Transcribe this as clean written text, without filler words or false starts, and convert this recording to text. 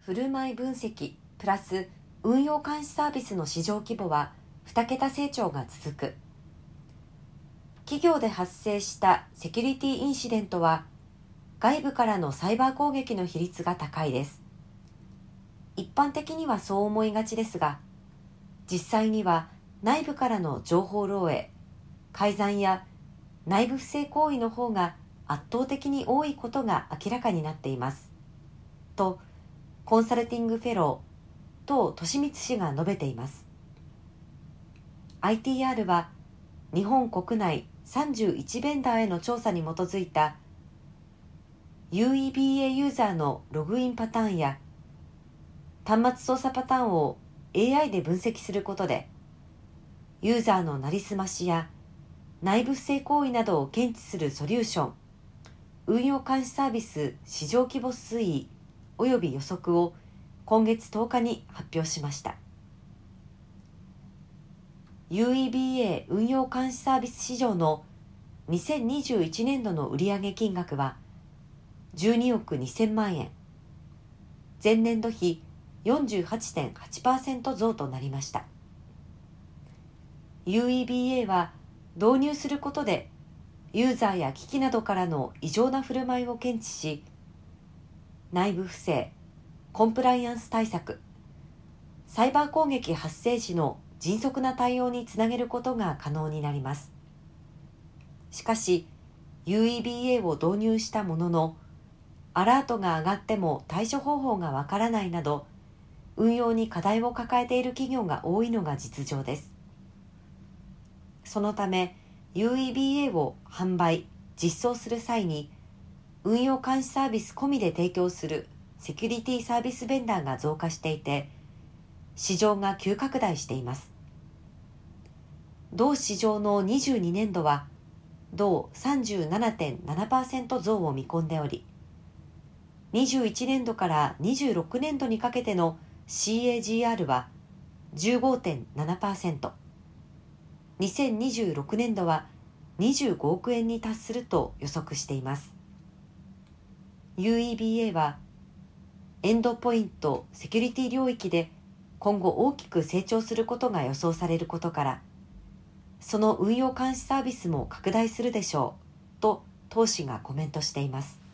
振る舞い分析プラス運用監視サービスの市場規模は2桁成長が続く。企業で発生したセキュリティインシデントは外部からのサイバー攻撃の比率が高いです。一般的にはそう思いがちですが、実際には内部からの情報漏洩、改ざんや内部不正行為の方が圧倒的に多いことが明らかになっています。と、コンサルティングフェロー、藤利光氏が述べています。ITR は日本国内31ベンダーへの調査に基づいた UEBA ユーザーのログインパターンや端末操作パターンを AI で分析することで、ユーザーのなりすましや内部不正行為などを検知するソリューション、運用監視サービス市場規模推移及び予測を今月10日に発表しました。UEBA 運用監視サービス市場の2021年度の売上金額は12億2000万円、前年度比 48.8% 増となりました。UEBA は導入することでユーザーや機器などからの異常な振る舞いを検知し、内部不正、コンプライアンス対策、サイバー攻撃発生時の迅速な対応につなげることが可能になります。しかし UEBA を導入したものの、アラートが上がっても対処方法がわからないなど、運用に課題を抱えている企業が多いのが実情です。そのため UEBA を販売・実装する際に、運用監視サービス込みで提供するセキュリティサービスベンダーが増加していて、市場が急拡大しています。同市場の22年度は同 37.7% 増を見込んでおり、21年度から26年度にかけての CAGR は 15.7%、2026年度は25億円に達すると予測しています。UEBA はエンドポイントセキュリティ領域で今後大きく成長することが予想されることから、その運用監視サービスも拡大するでしょうと藤氏がコメントしています。